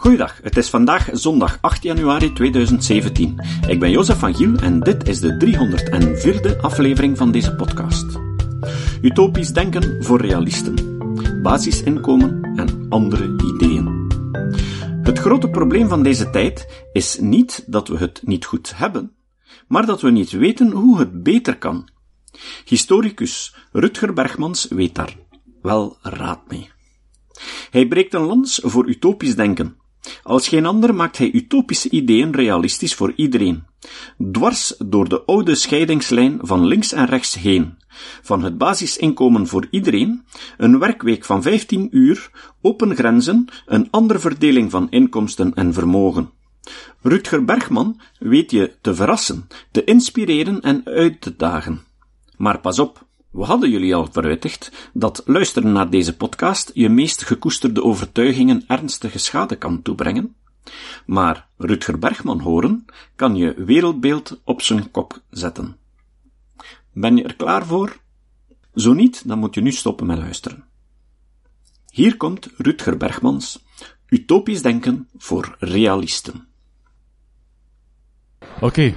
Goeiedag, het is vandaag zondag 8 januari 2017. Ik ben Jozef van Giel en dit is de 304e aflevering van deze podcast. Utopisch denken voor realisten. Basisinkomen en andere ideeën. Het grote probleem van deze tijd is niet dat we het niet goed hebben, maar dat we niet weten hoe het beter kan. Historicus Rutger Bregmans weet daar wel raad mee. Hij breekt een lans voor utopisch denken. Als geen ander maakt hij utopische ideeën realistisch voor iedereen. Dwars door de oude scheidingslijn van links en rechts heen. Van het basisinkomen voor iedereen, een werkweek van 15 uur, open grenzen, een andere verdeling van inkomsten en vermogen. Rutger Bregman weet je te verrassen, te inspireren en uit te dagen. Maar pas op. We hadden jullie al verwittigd dat luisteren naar deze podcast je meest gekoesterde overtuigingen ernstige schade kan toebrengen. Maar Rutger Bregman horen kan je wereldbeeld op zijn kop zetten. Ben je er klaar voor? Zo niet, dan moet je nu stoppen met luisteren. Hier komt Rutger Bregmans, utopisch denken voor realisten. Oké.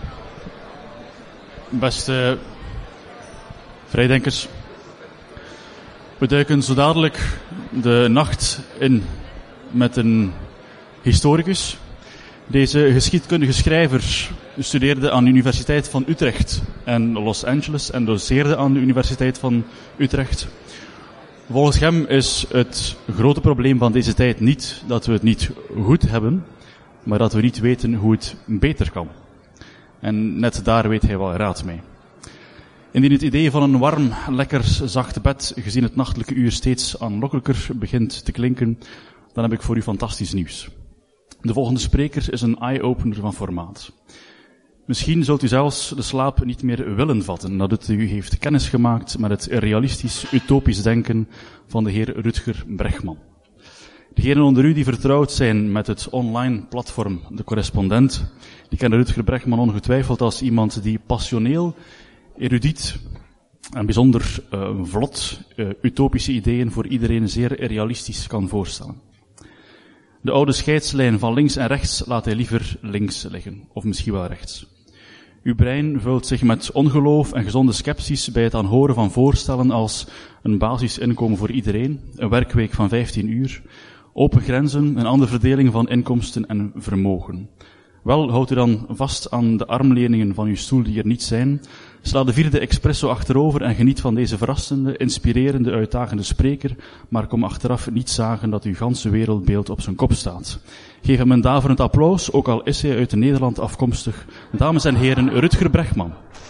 Beste vrijdenkers, we duiken zo dadelijk de nacht in met een historicus. Deze geschiedkundige schrijver studeerde aan de Universiteit van Utrecht en Los Angeles en doceerde aan de Universiteit van Utrecht. Volgens hem is het grote probleem van deze tijd niet dat we het niet goed hebben, maar dat we niet weten hoe het beter kan. En net daar weet hij wel raad mee. Indien het idee van een warm, lekker, zacht bed, gezien het nachtelijke uur steeds aanlokkelijker begint te klinken, dan heb ik voor u fantastisch nieuws. De volgende spreker is een eye-opener van formaat. Misschien zult u zelfs de slaap niet meer willen vatten, nadat u heeft kennis gemaakt met het realistisch, utopisch denken van de heer Rutger Bregman. Degenen onder u die vertrouwd zijn met het online platform De Correspondent, die kennen Rutger Bregman ongetwijfeld als iemand die passioneel, erudiet en bijzonder vlot utopische ideeën voor iedereen zeer realistisch kan voorstellen. De oude scheidslijn van links en rechts laat hij liever links liggen, of misschien wel rechts. Uw brein vult zich met ongeloof en gezonde sceptisch bij het aanhoren van voorstellen als een basisinkomen voor iedereen, een werkweek van 15 uur, open grenzen, een andere verdeling van inkomsten en vermogen. Wel, houdt u dan vast aan de armleningen van uw stoel die er niet zijn, sla de 4e espresso achterover en geniet van deze verrassende, inspirerende, uitdagende spreker, maar kom achteraf niet zagen dat uw ganse wereldbeeld op zijn kop staat. Geef hem een daverend applaus, ook al is hij uit Nederland afkomstig. Dames en heren, Rutger Bregman.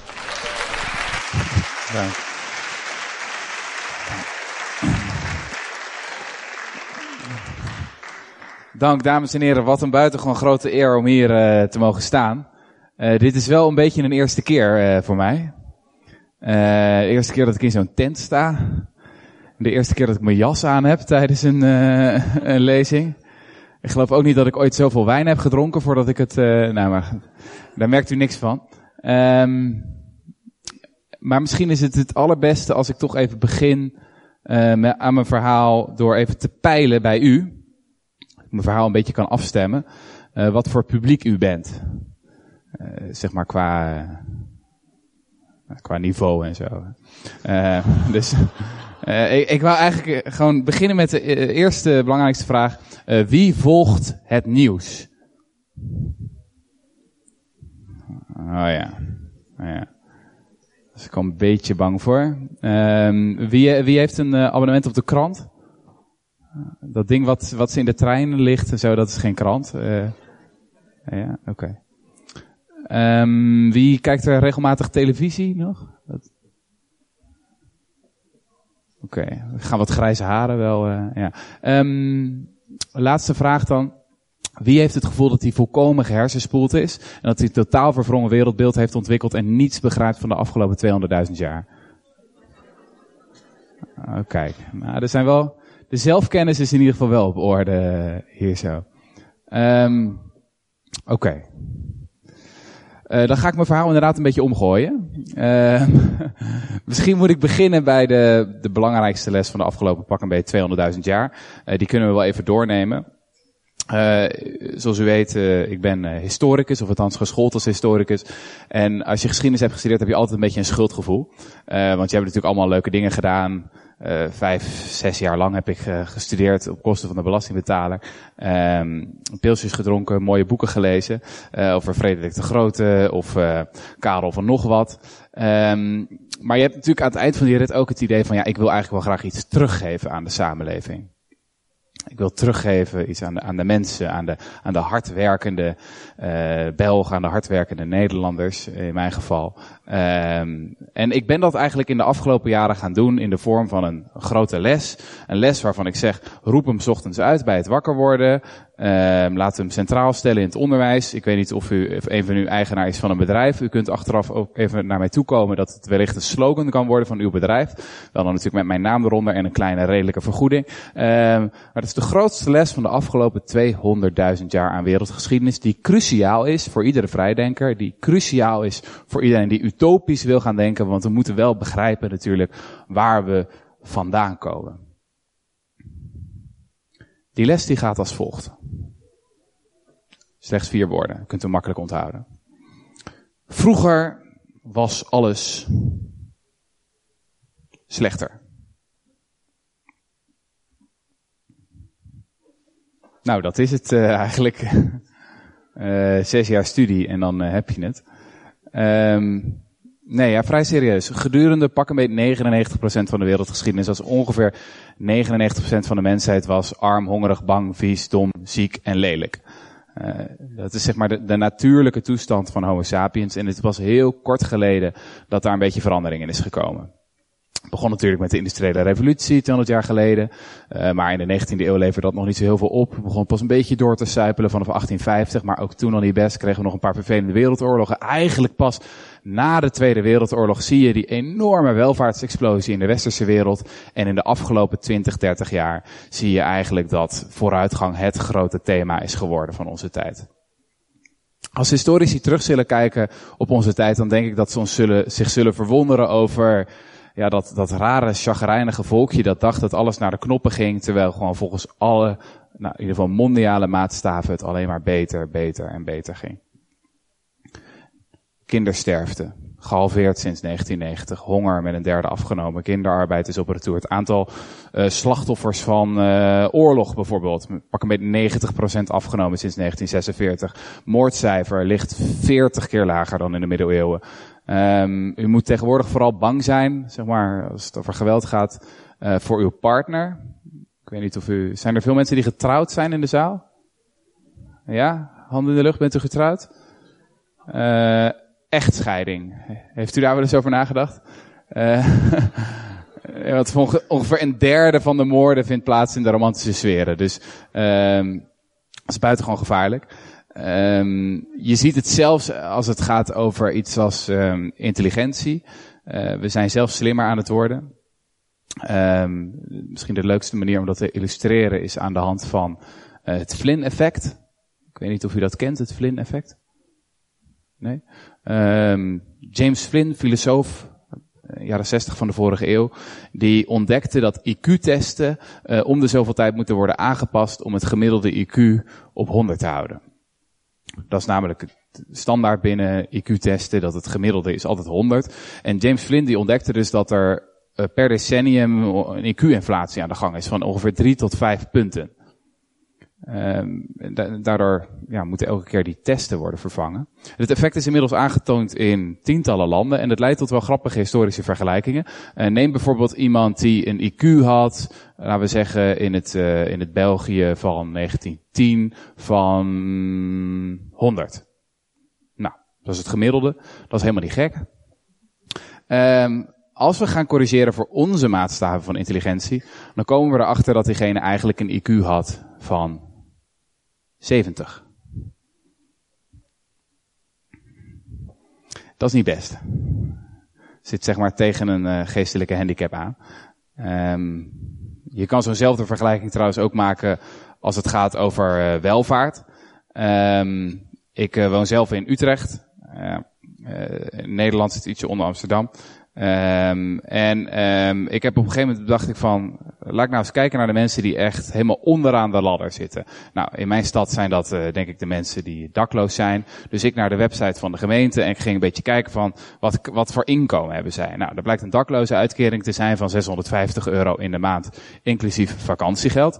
Dank. Dank, dames en heren. Wat een buitengewoon grote eer om hier te mogen staan. Dit is wel een beetje een eerste keer voor mij. De eerste keer dat ik in zo'n tent sta. De eerste keer dat ik mijn jas aan heb tijdens een lezing. Ik geloof ook niet dat ik ooit zoveel wijn heb gedronken voordat ik het... maar daar merkt u niks van. Maar misschien is het allerbeste als ik toch even begin aan mijn verhaal door even te peilen bij u. Mijn verhaal een beetje kan afstemmen, wat voor publiek u bent. Zeg maar qua niveau en zo. Ik wou eigenlijk gewoon beginnen met de eerste belangrijkste vraag. Wie volgt het nieuws? Oh ja. Dus ik kom een beetje bang voor. Wie heeft een abonnement op de krant? Dat ding wat ze in de trein ligt en zo, dat is geen krant. Ja, oké. Wie kijkt er regelmatig televisie nog? Oké, we gaan wat grijze haren wel. Ja. Laatste vraag dan. Wie heeft het gevoel dat hij volkomen gehersenspoeld is en dat hij een totaal verwrongen wereldbeeld heeft ontwikkeld en niets begrijpt van de afgelopen 200.000 jaar? Kijk, nou, er zijn wel... De zelfkennis is in ieder geval wel op orde hier zo. Oké. Dan ga ik mijn verhaal inderdaad een beetje omgooien. Misschien moet ik beginnen bij de belangrijkste les van de afgelopen pak een beetje 200.000 jaar. Die kunnen we wel even doornemen. Zoals u weet, ik ben historicus, of althans geschoold als historicus. En als je geschiedenis hebt gestudeerd, heb je altijd een beetje een schuldgevoel. Want je hebt natuurlijk allemaal leuke dingen gedaan. 5-6 jaar lang heb ik gestudeerd op kosten van de belastingbetaler. Pilsjes gedronken, mooie boeken gelezen. Over Frederik de Grote of Karel van nog wat. Maar je hebt natuurlijk aan het eind van die rit ook het idee van, ja, ik wil eigenlijk wel graag iets teruggeven aan de samenleving. Ik wil teruggeven iets aan de mensen, aan de hardwerkende Belgen, aan de hardwerkende Nederlanders, in mijn geval. En ik ben dat eigenlijk in de afgelopen jaren gaan doen in de vorm van een grote les. Een les waarvan ik zeg, roep hem 's ochtends uit bij het wakker worden. Laat hem centraal stellen in het onderwijs. Ik weet niet of een van u eigenaar is van een bedrijf. U kunt achteraf ook even naar mij toe komen dat het wellicht een slogan kan worden van uw bedrijf. Wel dan natuurlijk met mijn naam eronder en een kleine redelijke vergoeding. Maar dat is de grootste les van de afgelopen 200.000 jaar aan wereldgeschiedenis, die cruciaal is voor iedere vrijdenker, die cruciaal is voor iedereen die utopisch wil gaan denken, want we moeten wel begrijpen natuurlijk waar we vandaan komen. Die les die gaat als volgt. Slechts 4 woorden, u kunt hem makkelijk onthouden. Vroeger was alles slechter. Nou, dat is het eigenlijk. 6 jaar studie en dan heb je het. Nee, ja, vrij serieus. Gedurende pak een beetje 99% van de wereldgeschiedenis, als ongeveer 99% van de mensheid was arm, hongerig, bang, vies, dom, ziek en lelijk. Dat is zeg maar de natuurlijke toestand van Homo sapiens. En het was heel kort geleden dat daar een beetje verandering in is gekomen. Het begon natuurlijk met de industriële revolutie 200 jaar geleden. Maar in de 19e eeuw leverde dat nog niet zo heel veel op. Het begon pas een beetje door te sijpelen vanaf 1850. Maar ook toen al niet best. Kregen we nog een paar vervelende wereldoorlogen. Eigenlijk pas na de Tweede Wereldoorlog zie je die enorme welvaartsexplosie in de westerse wereld. En in de afgelopen 20-30 jaar zie je eigenlijk dat vooruitgang het grote thema is geworden van onze tijd. Als historici terug zullen kijken op onze tijd, dan denk ik dat ze zich zullen verwonderen over dat rare, chagrijnige volkje dat dacht dat alles naar de knoppen ging, terwijl gewoon volgens alle, in ieder geval mondiale maatstaven het alleen maar beter, beter en beter ging. Kindersterfte, gehalveerd sinds 1990. Honger met een derde afgenomen. Kinderarbeid is op retour. Het aantal slachtoffers van oorlog bijvoorbeeld, pak een beetje 90% afgenomen sinds 1946. Moordcijfer ligt 40 keer lager dan in de middeleeuwen. U moet tegenwoordig vooral bang zijn, zeg maar, als het over geweld gaat, voor uw partner. Ik weet niet of zijn er veel mensen die getrouwd zijn in de zaal? Ja? Handen in de lucht, bent u getrouwd? Echtscheiding. Heeft u daar wel eens over nagedacht? Want ongeveer een derde van de moorden vindt plaats in de romantische sferen. Dus dat is buitengewoon gevaarlijk. Je ziet het zelfs als het gaat over iets als intelligentie. We zijn zelf slimmer aan het worden. Misschien de leukste manier om dat te illustreren is aan de hand van het Flynn-effect. Ik weet niet of u dat kent, het Flynn-effect. Nee? James Flynn, filosoof, jaren 60 van de vorige eeuw, die ontdekte dat IQ-testen om de zoveel tijd moeten worden aangepast om het gemiddelde IQ op 100 te houden. Dat is namelijk het standaard binnen IQ-testen, dat het gemiddelde is altijd 100. En James Flynn die ontdekte dus dat er per decennium een IQ-inflatie aan de gang is van ongeveer 3 tot 5 punten. Daardoor moeten elke keer die testen worden vervangen. Het effect is inmiddels aangetoond in tientallen landen en het leidt tot wel grappige historische vergelijkingen. Neem bijvoorbeeld iemand die een IQ had, laten we zeggen in het België van 1910 van 100. Nou, dat is het gemiddelde. Dat is helemaal niet gek. Als we gaan corrigeren voor onze maatstaven van intelligentie, dan komen we erachter dat diegene eigenlijk een IQ had van 70. Dat is niet best. Zit zeg maar tegen een geestelijke handicap aan. Je kan zo'nzelfde vergelijking trouwens ook maken als het gaat over welvaart. Ik woon zelf in Utrecht. In Nederland zit ietsje onder Amsterdam. Ik heb op een gegeven moment dacht ik van, laat ik nou eens kijken naar de mensen die echt helemaal onderaan de ladder zitten. Nou, in mijn stad zijn dat denk ik de mensen die dakloos zijn. Dus ik naar de website van de gemeente en ik ging een beetje kijken van, wat voor inkomen hebben zij. Nou, er blijkt een dakloze uitkering te zijn van €650 in de maand, inclusief vakantiegeld.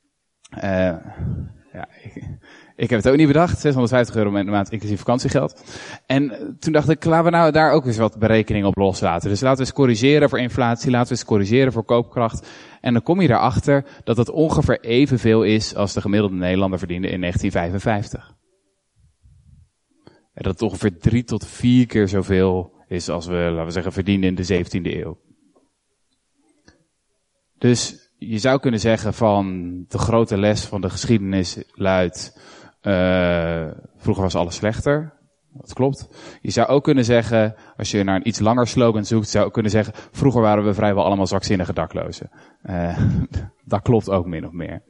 Ik heb het ook niet bedacht, €650 in de maand inclusief vakantiegeld. En toen dacht ik, laten we nou daar ook eens wat berekeningen op loslaten. Dus laten we eens corrigeren voor inflatie, laten we eens corrigeren voor koopkracht. En dan kom je erachter dat het ongeveer evenveel is als de gemiddelde Nederlander verdiende in 1955. En dat het ongeveer 3 tot 4 keer zoveel is als we, laten we zeggen, verdienden in de 17e eeuw. Dus je zou kunnen zeggen van de grote les van de geschiedenis luidt, vroeger was alles slechter. Dat klopt. Je zou ook kunnen zeggen, als je naar een iets langer slogan zoekt, zou je ook kunnen zeggen, vroeger waren we vrijwel allemaal zwakzinnige daklozen. Dat klopt ook min of meer.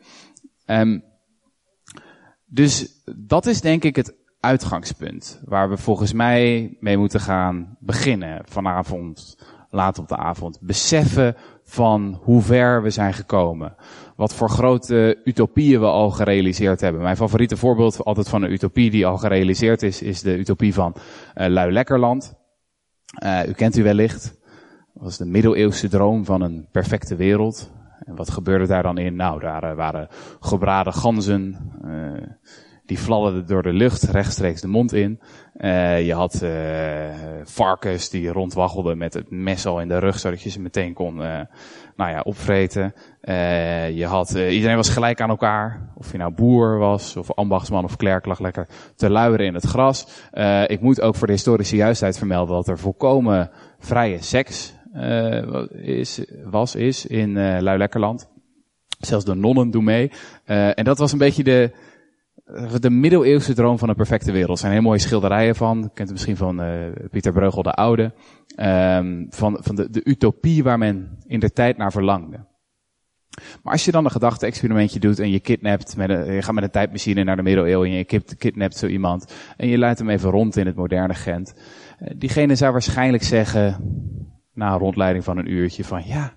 Dus dat is denk ik het uitgangspunt waar we volgens mij mee moeten gaan beginnen vanavond, laat op de avond. Beseffen van hoe ver we zijn gekomen. Wat voor grote utopieën we al gerealiseerd hebben. Mijn favoriete voorbeeld altijd van een utopie die al gerealiseerd is de utopie van Luilekkerland. U kent u wellicht. Dat was de middeleeuwse droom van een perfecte wereld. En wat gebeurde daar dan in? Nou, daar waren gebraden ganzen. Die fladderden door de lucht rechtstreeks de mond in. Je had varkens die rondwaggelden met het mes al in de rug, zodat je ze meteen kon opvreten. Iedereen was gelijk aan elkaar. Of je nou boer was, of ambachtsman of klerk, lag lekker te luieren in het gras. Ik moet ook voor de historische juistheid vermelden dat er volkomen vrije seks is in Luilekkerland. Zelfs de nonnen doen mee. En dat was een beetje de middeleeuwse droom van een perfecte wereld. Er zijn heel mooie schilderijen van. Je kent het misschien van Pieter Bruegel de Oude. Van de utopie waar men in de tijd naar verlangde. Maar als je dan een gedachte-experimentje doet en je je gaat met een tijdmachine naar de middeleeuwen en je kidnapt zo iemand en je leidt hem even rond in het moderne Gent. Diegene zou waarschijnlijk zeggen, na een rondleiding van een uurtje, van ja,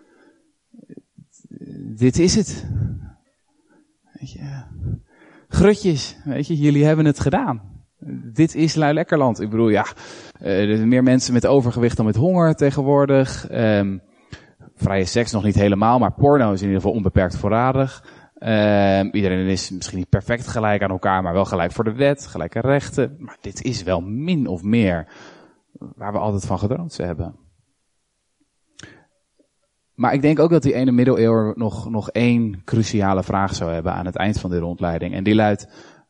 dit is het. Weet je, grutjes, weet je, jullie hebben het gedaan. Dit is Luilekkerland. Ik bedoel, ja, er zijn meer mensen met overgewicht dan met honger tegenwoordig. Vrije seks nog niet helemaal, maar porno is in ieder geval onbeperkt voorradig. Iedereen is misschien niet perfect gelijk aan elkaar, maar wel gelijk voor de wet, gelijke rechten. Maar dit is wel min of meer waar we altijd van gedroomd hebben. Maar ik denk ook dat die ene middeleeuwer nog één cruciale vraag zou hebben aan het eind van de rondleiding. En die luidt,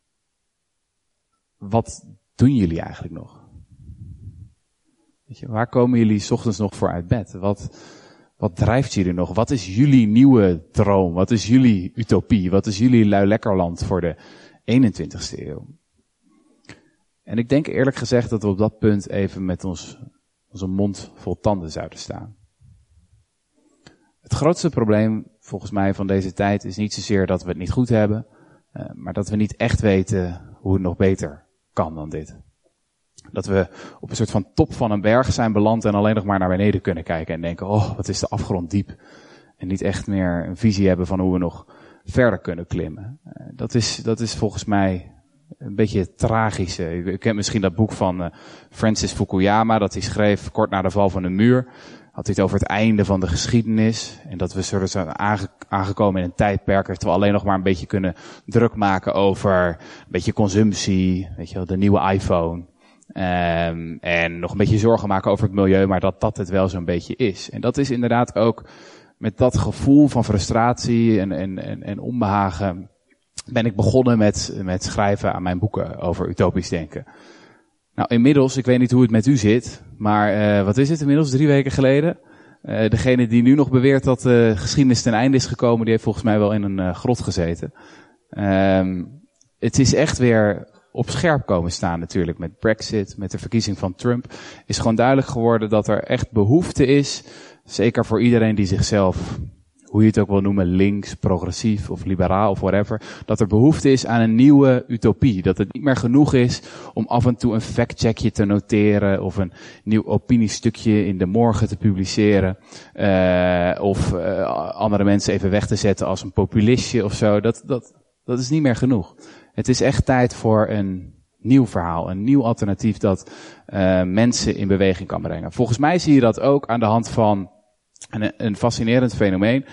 wat doen jullie eigenlijk nog? Weet je, waar komen jullie 's ochtends nog voor uit bed? Wat drijft jullie nog? Wat is jullie nieuwe droom? Wat is jullie utopie? Wat is jullie Luilekkerland voor de 21ste eeuw? En ik denk eerlijk gezegd dat we op dat punt even met onze mond vol tanden zouden staan. Het grootste probleem volgens mij van deze tijd is niet zozeer dat we het niet goed hebben, maar dat we niet echt weten hoe het nog beter kan dan dit. Dat we op een soort van top van een berg zijn beland en alleen nog maar naar beneden kunnen kijken en denken, oh, wat is de afgrond diep. En niet echt meer een visie hebben van hoe we nog verder kunnen klimmen. Dat is volgens mij een beetje het tragische. U kent misschien dat boek van Francis Fukuyama, dat hij schreef kort na de val van de muur. Had hij het over het einde van de geschiedenis. En dat we zijn aangekomen in een tijdperk dat we alleen nog maar een beetje kunnen druk maken over een beetje consumptie, weet je wel, de nieuwe iPhone. En nog een beetje zorgen maken over het milieu, maar dat het wel zo'n beetje is. En dat is inderdaad ook met dat gevoel van frustratie en onbehagen ben ik begonnen met schrijven aan mijn boeken over utopisch denken. Nou, inmiddels, ik weet niet hoe het met u zit, maar wat is het inmiddels, 3 weken geleden? Degene die nu nog beweert dat de geschiedenis ten einde is gekomen, die heeft volgens mij wel in een grot gezeten. Het is echt weer op scherp komen staan natuurlijk met Brexit, met de verkiezing van Trump. Is gewoon duidelijk geworden dat er echt behoefte is, zeker voor iedereen die zichzelf hoe je het ook wil noemen, links, progressief of liberaal of whatever, dat er behoefte is aan een nieuwe utopie. Dat het niet meer genoeg is om af en toe een factcheckje te noteren of een nieuw opiniestukje in de morgen te publiceren, of andere mensen even weg te zetten als een populistje of zo. Dat is niet meer genoeg. Het is echt tijd voor een nieuw verhaal, een nieuw alternatief dat mensen in beweging kan brengen. Volgens mij zie je dat ook aan de hand van een fascinerend fenomeen,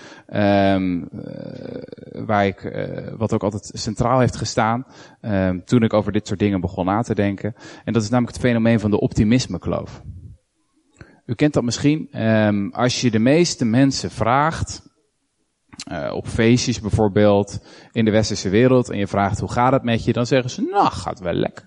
wat ook altijd centraal heeft gestaan, toen ik over dit soort dingen begon na te denken. En dat is namelijk het fenomeen van de optimismekloof. U kent dat misschien, als je de meeste mensen vraagt, op feestjes bijvoorbeeld, in de westerse wereld, en je vraagt hoe gaat het met je, dan zeggen ze, nou, gaat wel lekker.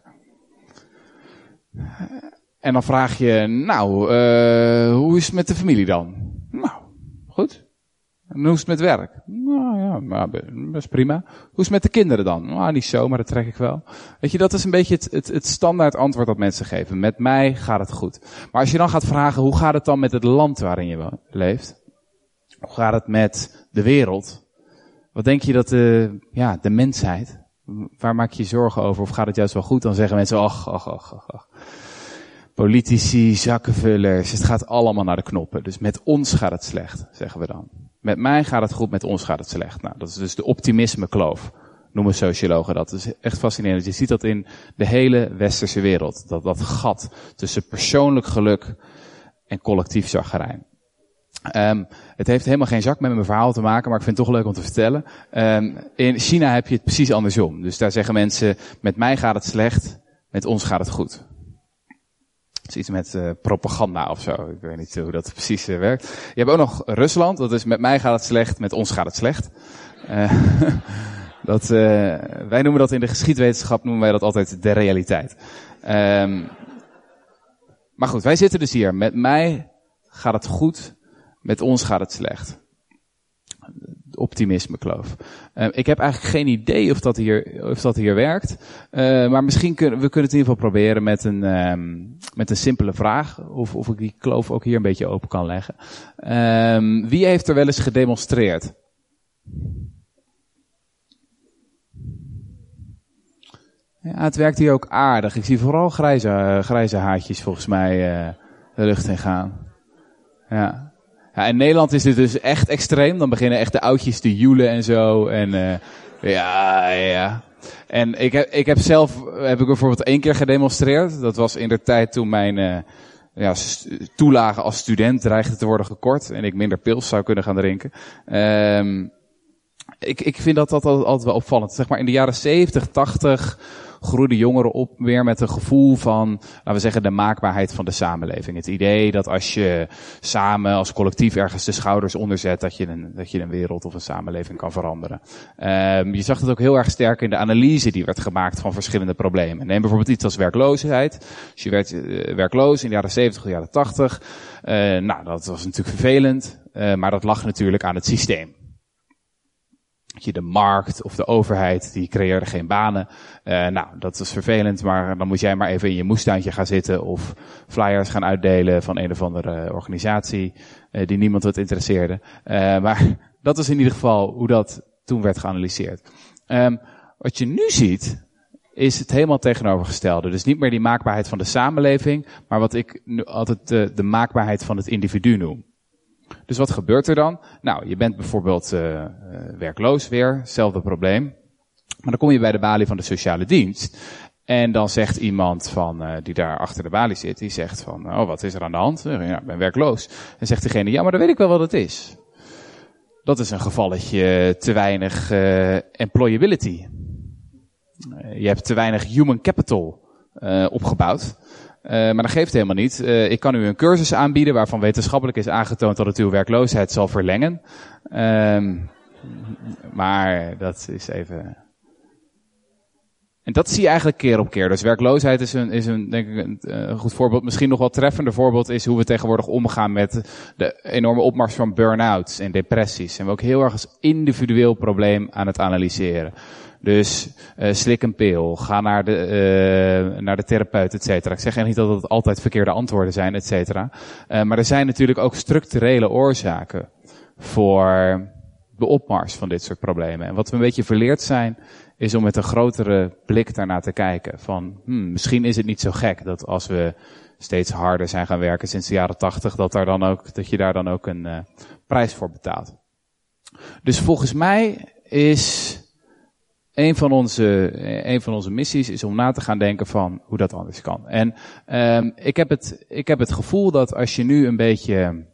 En dan vraag je, hoe is het met de familie dan? Nou, goed. En hoe is het met werk? Nou ja, best prima. Hoe is het met de kinderen dan? Nou, niet zo, maar dat trek ik wel. Weet je, dat is een beetje het standaard antwoord dat mensen geven. Met mij gaat het goed. Maar als je dan gaat vragen, hoe gaat het dan met het land waarin je leeft? Hoe gaat het met de wereld? Wat denk je dat de mensheid, waar maak je je zorgen over? Of gaat het juist wel goed? Dan zeggen mensen, ach. Politici, zakkenvullers, het gaat allemaal naar de knoppen. Dus met ons gaat het slecht, zeggen we dan. Met mij gaat het goed, met ons gaat het slecht. Nou, dat is dus de optimismekloof, noemen sociologen dat. Dat is echt fascinerend. Je ziet dat in de hele westerse wereld. Dat gat tussen persoonlijk geluk en collectief chagrijn. Het heeft helemaal geen zak met mijn verhaal te maken, maar ik vind het toch leuk om te vertellen. In China heb je het precies andersom. Dus daar zeggen mensen, met mij gaat het slecht, met ons gaat het goed. Het is iets met propaganda of zo. Ik weet niet hoe dat precies werkt. Je hebt ook nog Rusland. Dat is met mij gaat het slecht, met ons gaat het slecht. Wij noemen dat in de geschiedwetenschap altijd de realiteit. Maar goed, wij zitten dus hier. Met mij gaat het goed, met ons gaat het slecht. De optimismekloof. Ik heb eigenlijk geen idee of dat hier werkt. Maar misschien kunnen we het in ieder geval proberen met een simpele vraag. Of ik die kloof ook hier een beetje open kan leggen. Wie heeft er wel eens gedemonstreerd? Ja, het werkt hier ook aardig. Ik zie vooral grijze haartjes volgens mij de lucht in gaan. Ja. Ja, in Nederland is dit dus echt extreem. Dan beginnen echt de oudjes te joelen en zo. En ja. En ik heb bijvoorbeeld 1 keer gedemonstreerd. Dat was in de tijd toen mijn toelage als student dreigde te worden gekort. En ik minder pils zou kunnen gaan drinken. Ik vind dat altijd wel opvallend. Zeg maar in de jaren 70, 80 groeiden jongeren op weer met een gevoel van, laten we zeggen, de maakbaarheid van de samenleving. Het idee dat als je samen als collectief ergens de schouders onderzet, dat je een wereld of een samenleving kan veranderen. Je zag het ook heel erg sterk in de analyse die werd gemaakt van verschillende problemen. Neem bijvoorbeeld iets als werkloosheid. Als je werd werkloos in de jaren 70 of de jaren 80, dat was natuurlijk vervelend, maar dat lag natuurlijk aan het systeem. De markt of de overheid, die creëerde geen banen. Dat is vervelend, maar dan moet jij maar even in je moestuintje gaan zitten of flyers gaan uitdelen van een of andere organisatie die niemand wat interesseerde. Maar dat is in ieder geval hoe dat toen werd geanalyseerd. Wat je nu ziet, is het helemaal tegenovergestelde. Dus niet meer die maakbaarheid van de samenleving, maar wat ik nu altijd de maakbaarheid van het individu noem. Dus wat gebeurt er dan? Nou, je bent bijvoorbeeld werkloos weer, hetzelfde probleem. Maar dan kom je bij de balie van de sociale dienst. En dan zegt iemand die daar achter de balie zit, die zegt van, wat is er aan de hand? Ja, ik ben werkloos. En zegt degene, ja, maar dan weet ik wel wat het is. Dat is een gevalletje te weinig employability. Je hebt te weinig human capital opgebouwd. Maar dat geeft helemaal niet. Ik kan u een cursus aanbieden waarvan wetenschappelijk is aangetoond dat het uw werkloosheid zal verlengen. Maar dat is even. En dat zie je eigenlijk keer op keer. Dus werkloosheid is een denk ik een goed voorbeeld. Misschien nog wel treffender voorbeeld is hoe we tegenwoordig omgaan met de enorme opmars van burn-outs en depressies. En we ook heel erg als individueel probleem aan het analyseren. Dus slik een pil, ga naar de therapeut, et cetera. Ik zeg echt niet dat het altijd verkeerde antwoorden zijn, et cetera. Maar er zijn natuurlijk ook structurele oorzaken voor de opmars van dit soort problemen. En wat we een beetje verleerd zijn, is om met een grotere blik daarnaar te kijken. Van, misschien is het niet zo gek dat als we steeds harder zijn gaan werken sinds de jaren 80, dat je daar dan ook een prijs voor betaalt. Dus volgens mij is een van onze missies is om na te gaan denken van hoe dat anders kan. En ik heb het gevoel dat als je nu een beetje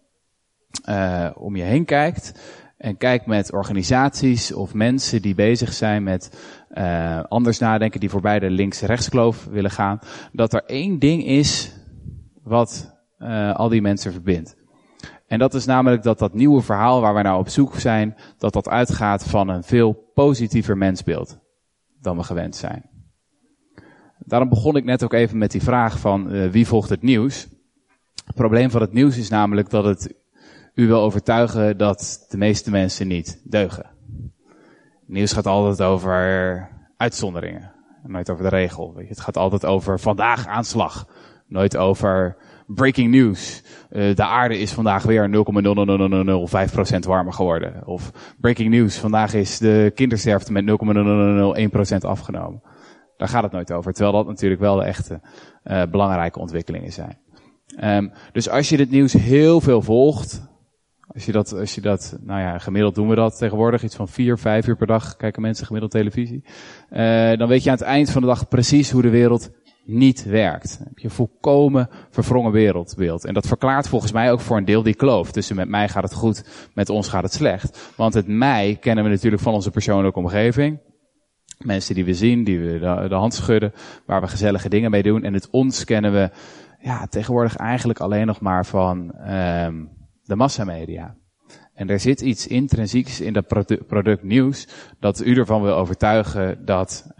om je heen kijkt en kijkt met organisaties of mensen die bezig zijn met anders nadenken, die voorbij de links-rechtskloof willen gaan, dat er één ding is wat al die mensen verbindt. En dat is namelijk dat nieuwe verhaal waar wij nou op zoek zijn, dat uitgaat van een veel positiever mensbeeld dan we gewend zijn. Daarom begon ik net ook even met die vraag van wie volgt het nieuws. Het probleem van het nieuws is namelijk dat het u wil overtuigen dat de meeste mensen niet deugen. Het nieuws gaat altijd over uitzonderingen, nooit over de regel. Weet je. Het gaat altijd over vandaag aanslag, nooit over breaking news. De aarde is vandaag weer 0,00005% warmer geworden. Of breaking news, vandaag is de kindersterfte met 0,0001% afgenomen. Daar gaat het nooit over. Terwijl dat natuurlijk wel de echte belangrijke ontwikkelingen zijn. Dus als je dit nieuws heel veel volgt, als je dat, nou ja, gemiddeld doen we dat tegenwoordig, iets van 4-5 uur per dag kijken mensen gemiddeld televisie. Dan weet je aan het eind van de dag precies hoe de wereld niet werkt. Dan heb je een volkomen verwrongen wereldbeeld. En dat verklaart volgens mij ook voor een deel die kloof. Tussen met mij gaat het goed, met ons gaat het slecht. Want het mij kennen we natuurlijk van onze persoonlijke omgeving. Mensen die we zien, die we de hand schudden, waar we gezellige dingen mee doen. En het ons kennen we tegenwoordig eigenlijk alleen nog maar van de massamedia. En er zit iets intrinsieks in dat product nieuws dat u ervan wil overtuigen dat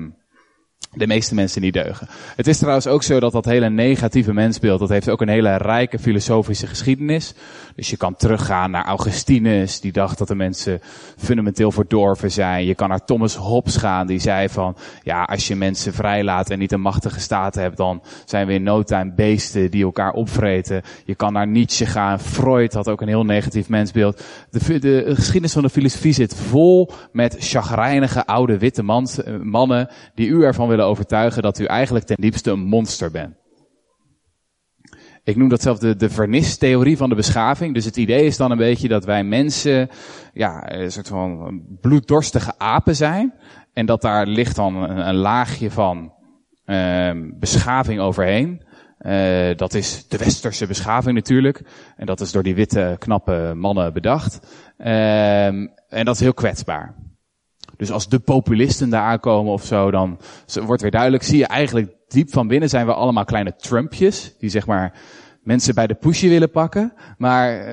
de meeste mensen niet deugen. Het is trouwens ook zo dat hele negatieve mensbeeld, dat heeft ook een hele rijke filosofische geschiedenis. Dus je kan teruggaan naar Augustinus, die dacht dat de mensen fundamenteel verdorven zijn. Je kan naar Thomas Hobbes gaan, die zei van, ja, als je mensen vrijlaat en niet een machtige staat hebt, dan zijn we in no time beesten die elkaar opvreten. Je kan naar Nietzsche gaan. Freud had ook een heel negatief mensbeeld. De geschiedenis van de filosofie zit vol met chagrijnige oude witte mannen die u ervan willen overtuigen dat u eigenlijk ten diepste een monster bent. Ik noem dat zelf de vernistheorie van de beschaving. Dus het idee is dan een beetje dat wij mensen een soort van bloeddorstige apen zijn. En dat daar ligt dan een laagje van beschaving overheen. Dat is de westerse beschaving natuurlijk. En dat is door die witte, knappe mannen bedacht. En dat is heel kwetsbaar. Dus als de populisten daar aankomen of zo, dan wordt weer duidelijk, zie je eigenlijk diep van binnen zijn we allemaal kleine Trumpjes, die zeg maar mensen bij de poesje willen pakken. Maar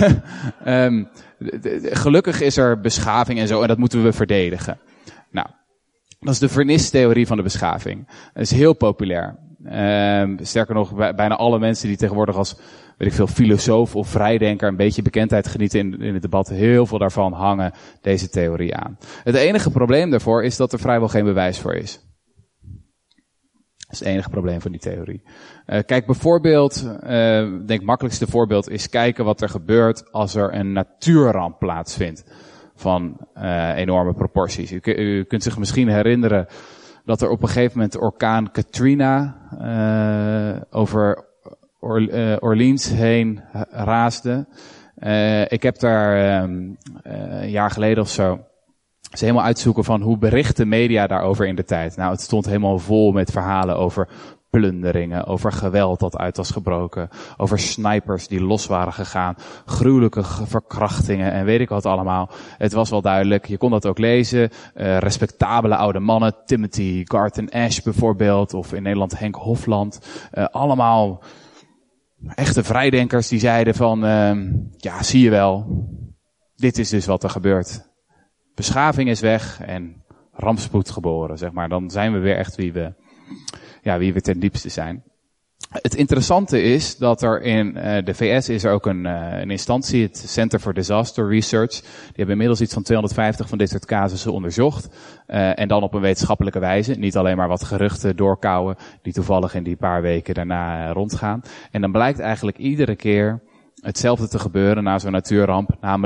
gelukkig is er beschaving en zo, en dat moeten we verdedigen. Nou, dat is de vernistheorie van de beschaving. Dat is heel populair. Sterker nog, bijna alle mensen die tegenwoordig als, weet ik veel, filosoof of vrijdenker een beetje bekendheid genieten in het debat, heel veel daarvan hangen deze theorie aan. Het enige probleem daarvoor is dat er vrijwel geen bewijs voor is. Dat is het enige probleem van die theorie. Kijk bijvoorbeeld, denk het makkelijkste voorbeeld is kijken wat er gebeurt als er een natuurramp plaatsvindt van enorme proporties. U kunt zich misschien herinneren dat er op een gegeven moment de orkaan Katrina over Orleans heen raasde. Ik heb daar een jaar geleden of zo ze helemaal uitzoeken van hoe berichten media daarover in de tijd. Nou, het stond helemaal vol met verhalen over plunderingen, over geweld dat uit was gebroken, over snipers die los waren gegaan, gruwelijke verkrachtingen en weet ik wat allemaal. Het was wel duidelijk, je kon dat ook lezen, respectabele oude mannen, Timothy Garton Ash bijvoorbeeld, of in Nederland Henk Hofland, allemaal echte vrijdenkers die zeiden van, zie je wel, dit is dus wat er gebeurt. Beschaving is weg en rampspoed geboren, zeg maar. Dan zijn we weer echt wie we ten diepste zijn. Het interessante is dat er in de VS is er ook een instantie, het Center for Disaster Research. Die hebben inmiddels iets van 250 van dit soort casussen onderzocht. En dan op een wetenschappelijke wijze. Niet alleen maar wat geruchten doorkouwen die toevallig in die paar weken daarna rondgaan. En dan blijkt eigenlijk iedere keer hetzelfde te gebeuren na zo'n natuurramp. Namelijk,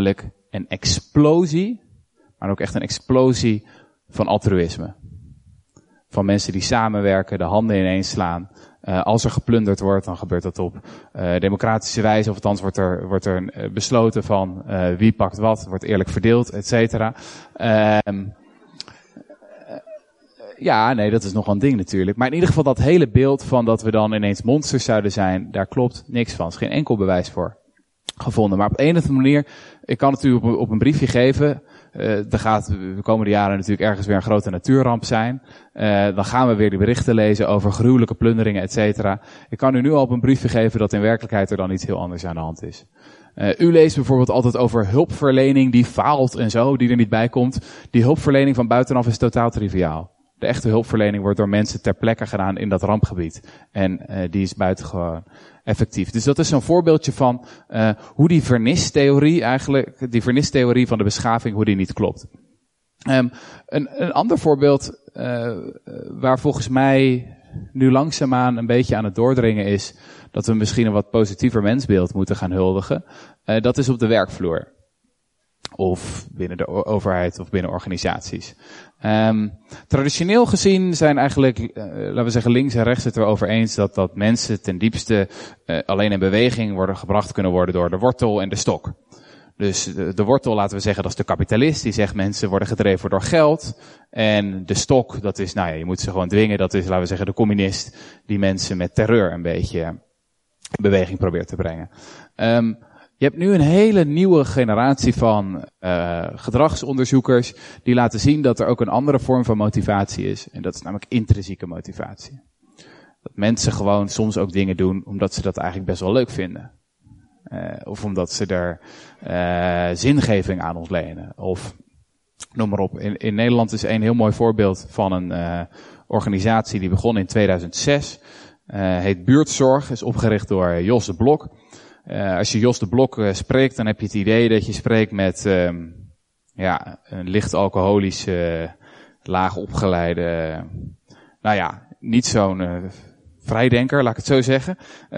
een explosie, maar ook echt een explosie van altruïsme. Van mensen die samenwerken, de handen ineens slaan. Als er geplunderd wordt, dan gebeurt dat op democratische wijze. Of althans wordt er besloten van wie pakt wat, wordt eerlijk verdeeld, et cetera. Ja, nee, dat is nog een ding natuurlijk. Maar in ieder geval dat hele beeld van dat we dan ineens monsters zouden zijn, daar klopt niks van. Er is geen enkel bewijs voor gevonden. Maar op een of andere manier, ik kan het u op een briefje geven. Er gaat de komende jaren natuurlijk ergens weer een grote natuurramp zijn. Dan gaan we weer die berichten lezen over gruwelijke plunderingen, et cetera. Ik kan u nu al op een briefje geven dat in werkelijkheid er dan iets heel anders aan de hand is. U leest bijvoorbeeld altijd over hulpverlening die faalt en zo, die er niet bij komt. Die hulpverlening van buitenaf is totaal triviaal. De echte hulpverlening wordt door mensen ter plekke gedaan in dat rampgebied. En die is buitengewoon effectief. Dus dat is zo'n voorbeeldje van hoe die vernistheorie eigenlijk, die vernistheorie van de beschaving, hoe die niet klopt. Een ander voorbeeld waar volgens mij nu langzaamaan een beetje aan het doordringen is dat we misschien een wat positiever mensbeeld moeten gaan huldigen. Dat is op de werkvloer. Of binnen de overheid of binnen organisaties. Traditioneel gezien zijn eigenlijk, laten we zeggen, links en rechts het erover eens dat mensen ten diepste alleen in beweging gebracht kunnen worden door de wortel en de stok. Dus de wortel, laten we zeggen, dat is de kapitalist. Die zegt mensen worden gedreven door geld. En de stok, dat is, je moet ze gewoon dwingen. Dat is, laten we zeggen, de communist die mensen met terreur een beetje in beweging probeert te brengen. Je hebt nu een hele nieuwe generatie van gedragsonderzoekers die laten zien dat er ook een andere vorm van motivatie is. En dat is namelijk intrinsieke motivatie. Dat mensen gewoon soms ook dingen doen omdat ze dat eigenlijk best wel leuk vinden. Of omdat ze er zingeving aan ontlenen. Of noem maar op. In Nederland is een heel mooi voorbeeld van een organisatie die begon in 2006. Heet Buurtzorg, is opgericht door Jos de Blok. Als je Jos de Blok spreekt, dan heb je het idee dat je spreekt met een licht alcoholische, laag opgeleide, niet zo'n vrijdenker, laat ik het zo zeggen.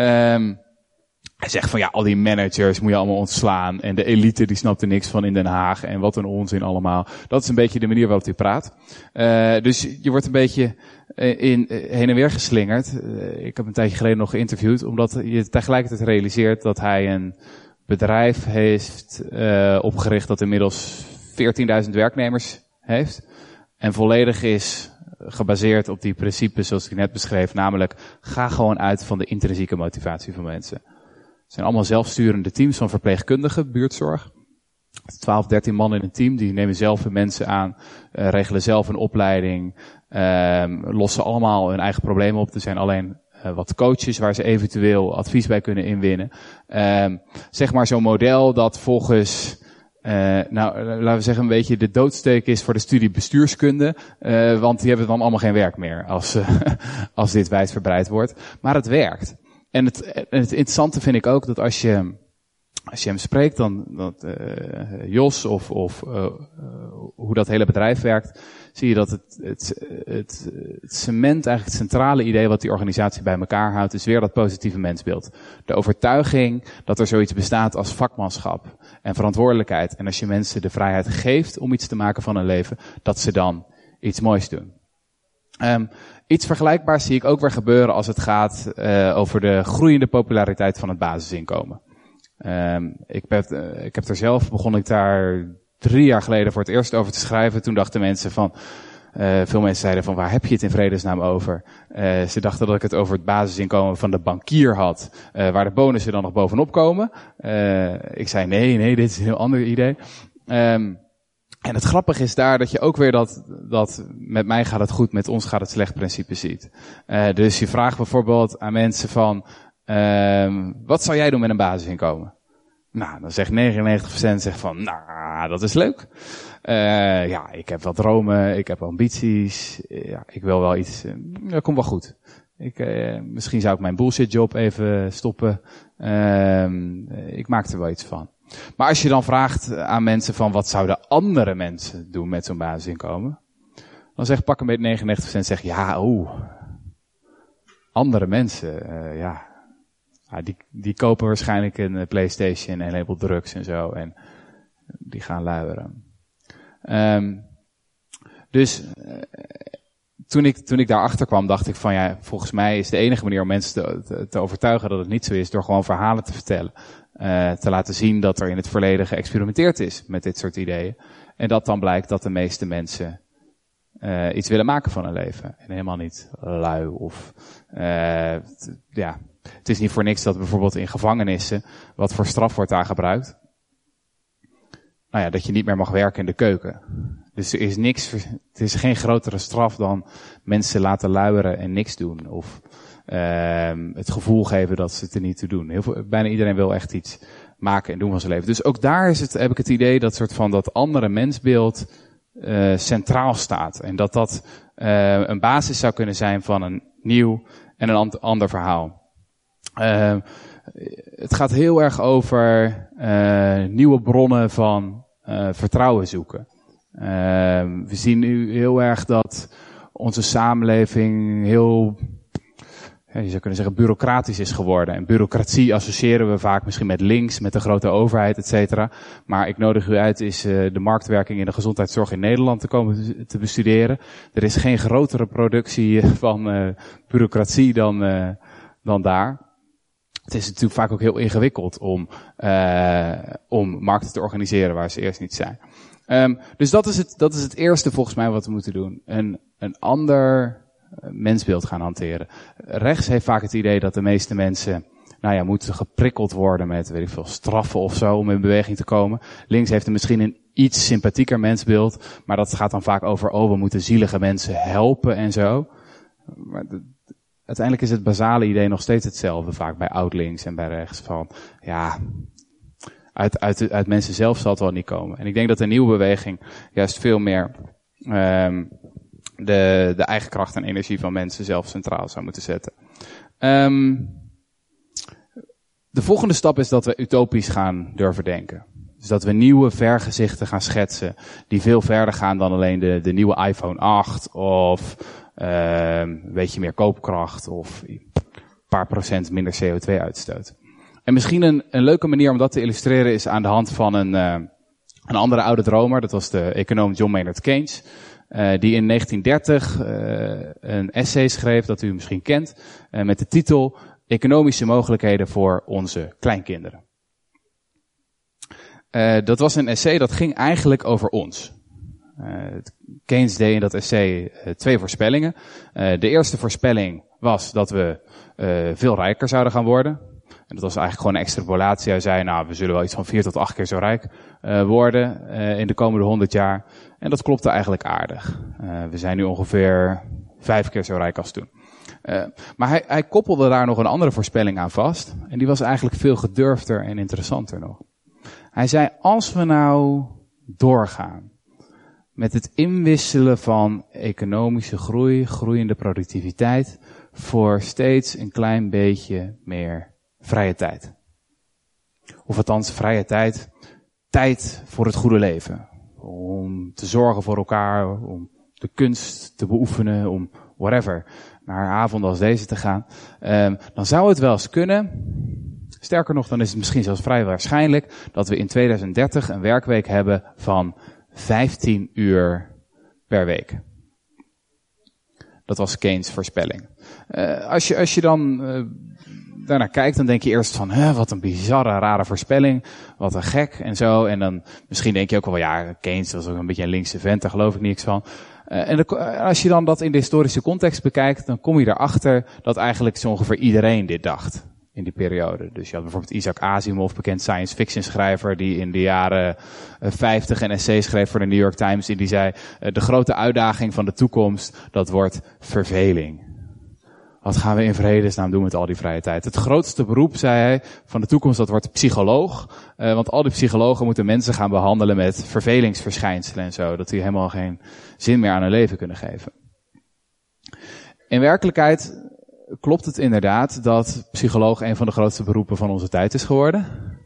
Hij zegt van al die managers moet je allemaal ontslaan en de elite die snapt er niks van in Den Haag en wat een onzin allemaal. Dat is een beetje de manier waarop hij praat. Dus je wordt een beetje heen en weer geslingerd. Ik heb een tijdje geleden nog geïnterviewd, omdat je tegelijkertijd realiseert dat hij een bedrijf heeft opgericht dat inmiddels 14.000 werknemers heeft. En volledig is gebaseerd op die principes zoals ik net beschreef, namelijk ga gewoon uit van de intrinsieke motivatie van mensen. Het zijn allemaal zelfsturende teams van verpleegkundigen, buurtzorg. 12, 13 man in een team, die nemen zelf hun mensen aan, regelen zelf een opleiding, lossen allemaal hun eigen problemen op. Er zijn alleen wat coaches waar ze eventueel advies bij kunnen inwinnen. Zeg maar zo'n model dat volgens, laten we zeggen een beetje de doodsteek is voor de studie bestuurskunde, want die hebben dan allemaal geen werk meer als dit wijdverbreid wordt. Maar het werkt. En het interessante vind ik ook dat als je hem spreekt, dan Jos of hoe dat hele bedrijf werkt, zie je dat het cement, eigenlijk het centrale idee wat die organisatie bij elkaar houdt, is weer dat positieve mensbeeld. De overtuiging dat er zoiets bestaat als vakmanschap en verantwoordelijkheid. En als je mensen de vrijheid geeft om iets te maken van hun leven, dat ze dan iets moois doen. Iets vergelijkbaars zie ik ook weer gebeuren als het gaat over de groeiende populariteit van het basisinkomen. Begon ik daar 3 jaar geleden voor het eerst over te schrijven. Toen dachten mensen veel mensen zeiden van waar heb je het in vredesnaam over? Ze dachten dat ik het over het basisinkomen van de bankier had, waar de bonussen dan nog bovenop komen. Ik zei nee, dit is een heel ander idee. En het grappige is daar dat je ook weer dat met mij gaat het goed, met ons gaat het slecht principe ziet. Dus je vraagt bijvoorbeeld aan mensen van, wat zou jij doen met een basisinkomen? Nou, dan zegt 99% zegt van, dat is leuk. Ik heb wel dromen, ik heb ambities, ik wil wel iets, dat komt wel goed. Misschien zou ik mijn bullshitjob even stoppen. Ik maak er wel iets van. Maar als je dan vraagt aan mensen van wat zouden andere mensen doen met zo'n basisinkomen, dan zegt pak een beetje 99% zegt andere mensen, die kopen waarschijnlijk een PlayStation en een heleboel drugs en zo. En die gaan luieren. Dus toen ik daarachter kwam, dacht ik van ja, volgens mij is de enige manier om mensen te overtuigen dat het niet zo is, door gewoon verhalen te vertellen. Te laten zien dat er in het verleden geëxperimenteerd is met dit soort ideeën. En dat dan blijkt dat de meeste mensen iets willen maken van hun leven. En helemaal niet lui of ja. Het is niet voor niks dat bijvoorbeeld in gevangenissen, wat voor straf wordt daar gebruikt? Nou ja, dat je niet meer mag werken in de keuken. Dus er is niks, het is geen grotere straf dan mensen laten luieren en niks doen. Of het gevoel geven dat ze het er niet toe doen. Bijna iedereen wil echt iets maken en doen van zijn leven. Dus ook daar heb ik het idee dat andere mensbeeld centraal staat. En dat een basis zou kunnen zijn van een nieuw en een ander verhaal. Het gaat heel erg over nieuwe bronnen van vertrouwen zoeken. We zien nu heel erg dat onze samenleving heel, je zou kunnen zeggen, bureaucratisch is geworden. En bureaucratie associëren we vaak misschien met links, met de grote overheid, et cetera. Maar ik nodig u uit de marktwerking in de gezondheidszorg in Nederland te komen te bestuderen. Er is geen grotere productie van bureaucratie dan daar. Het is natuurlijk vaak ook heel ingewikkeld om markten te organiseren waar ze eerst niet zijn. Dus dat is het eerste volgens mij wat we moeten doen. Een ander mensbeeld gaan hanteren. Rechts heeft vaak het idee dat de meeste mensen moeten geprikkeld worden met, weet ik veel, straffen of zo om in beweging te komen. Links heeft er misschien een iets sympathieker mensbeeld, maar dat gaat dan vaak over, we moeten zielige mensen helpen en zo. Maar uiteindelijk is het basale idee nog steeds hetzelfde, vaak bij oud-links en bij rechts, van ja, uit mensen zelf zal het wel niet komen. En ik denk dat de nieuwe beweging juist veel meer de eigen kracht en energie van mensen zelf centraal zou moeten zetten. De volgende stap is dat we utopisch gaan durven denken. Dus dat we nieuwe vergezichten gaan schetsen die veel verder gaan dan alleen de nieuwe iPhone 8 of een beetje meer koopkracht of een paar procent minder CO2-uitstoot. En misschien een leuke manier om dat te illustreren is aan de hand van een andere oude dromer. Dat was de econoom John Maynard Keynes. Die in 1930 een essay schreef dat u misschien kent. Met de titel Economische mogelijkheden voor onze kleinkinderen. Dat was een essay dat ging eigenlijk over ons. Keynes deed in dat essay 2 voorspellingen. De eerste voorspelling was dat we veel rijker zouden gaan worden. En dat was eigenlijk gewoon een extrapolatie. Hij zei, we zullen wel iets van 4 tot 8 keer zo rijk worden in de komende 100 jaar. En dat klopte eigenlijk aardig. We zijn nu ongeveer 5 keer zo rijk als toen. Maar hij koppelde daar nog een andere voorspelling aan vast. En die was eigenlijk veel gedurfder en interessanter nog. Hij zei, als we nou doorgaan met het inwisselen van economische groei, groeiende productiviteit, voor steeds een klein beetje meer vrije tijd. Of althans vrije tijd, tijd voor het goede leven. Om te zorgen voor elkaar, om de kunst te beoefenen, om whatever, naar avonden als deze te gaan. Dan zou het wel eens kunnen, sterker nog, dan is het misschien zelfs vrij waarschijnlijk, dat we in 2030 een werkweek hebben van 15 uur per week. Dat was Keynes' voorspelling. Als je dan daarnaar kijkt, dan denk je eerst van, wat een bizarre, rare voorspelling. Wat een gek en zo. En dan misschien denk je ook wel, Keynes was ook een beetje een linkse vent, daar geloof ik niks van. En als je dan dat in de historische context bekijkt, dan kom je erachter dat eigenlijk zo ongeveer iedereen dit dacht in die periode. Dus je had bijvoorbeeld Isaac Asimov, bekend science fiction schrijver, die in de jaren 50 een essay schreef voor de New York Times, die zei, de grote uitdaging van de toekomst, dat wordt verveling. Wat gaan we in vredesnaam doen met al die vrije tijd? Het grootste beroep, zei hij, van de toekomst, dat wordt psycholoog. Want al die psychologen moeten mensen gaan behandelen met vervelingsverschijnselen en zo. Dat die helemaal geen zin meer aan hun leven kunnen geven. In werkelijkheid klopt het inderdaad dat psycholoog een van de grootste beroepen van onze tijd is geworden.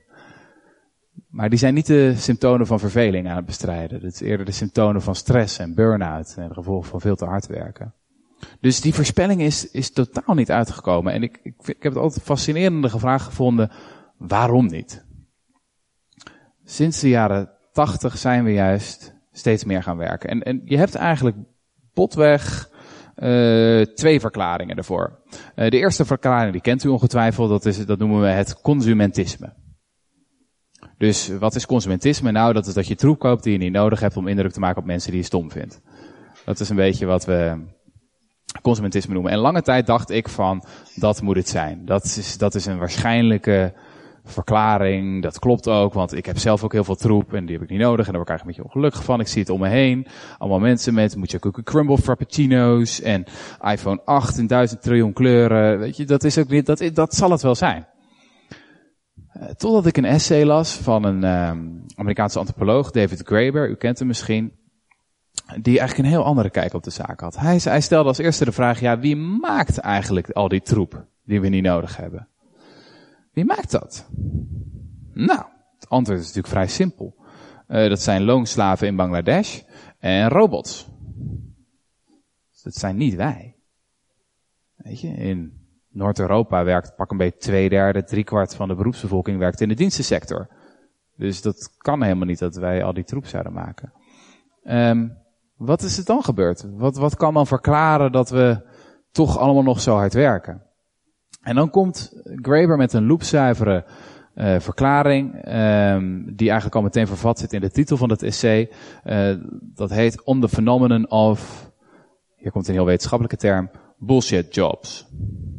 Maar die zijn niet de symptomen van verveling aan het bestrijden. Het is eerder de symptomen van stress en burn-out en de gevolgen van veel te hard werken. Dus die voorspelling is totaal niet uitgekomen. En ik heb het altijd een fascinerende vraag gevonden, waarom niet? Sinds de jaren 80 zijn we juist steeds meer gaan werken. En je hebt eigenlijk botweg 2 verklaringen ervoor. De eerste verklaring, die kent u ongetwijfeld, dat noemen we het consumentisme. Dus wat is consumentisme? Nou, dat is dat je troep koopt die je niet nodig hebt om indruk te maken op mensen die je stom vindt. Dat is een beetje wat we consumentisme noemen. En lange tijd dacht ik van, dat moet het zijn. Dat is een waarschijnlijke verklaring. Dat klopt ook, want ik heb zelf ook heel veel troep en die heb ik niet nodig. En daar word ik eigenlijk een beetje ongelukkig van. Ik zie het om me heen. Allemaal mensen met Mucha Cookie Crumble Frappuccino's en iPhone 8 in 1000 triljoen kleuren. Weet je, dat is ook niet, dat zal het wel zijn. Totdat ik een essay las van een Amerikaanse antropoloog, David Graeber, u kent hem misschien, die eigenlijk een heel andere kijk op de zaak had. Hij stelde als eerste de vraag, ja, wie maakt eigenlijk al die troep die we niet nodig hebben? Wie maakt dat? Nou, het antwoord is natuurlijk vrij simpel. Dat zijn loonslaven in Bangladesh en robots. Dus dat zijn niet wij. Weet je, in Noord-Europa werkt pak een beetje 2/3 van de beroepsbevolking werkt in de dienstensector. Dus dat kan helemaal niet dat wij al die troep zouden maken. Wat is er dan gebeurd? Wat kan dan verklaren dat we toch allemaal nog zo hard werken? En dan komt Graeber met een loepzuivere verklaring, die eigenlijk al meteen vervat zit in de titel van het essay. Dat heet On the Phenomenon of, hier komt een heel wetenschappelijke term, bullshit jobs.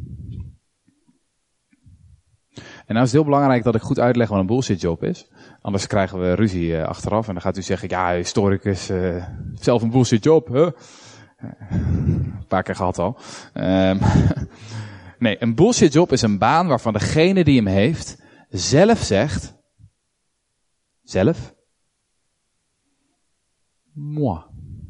En nou is het heel belangrijk dat ik goed uitleg wat een bullshit job is. Anders krijgen we ruzie achteraf en dan gaat u zeggen, ja, historicus, zelf een bullshit job, huh? Een paar keer gehad al. Nee, een bullshit job is een baan waarvan degene die hem heeft zelf zegt, moi.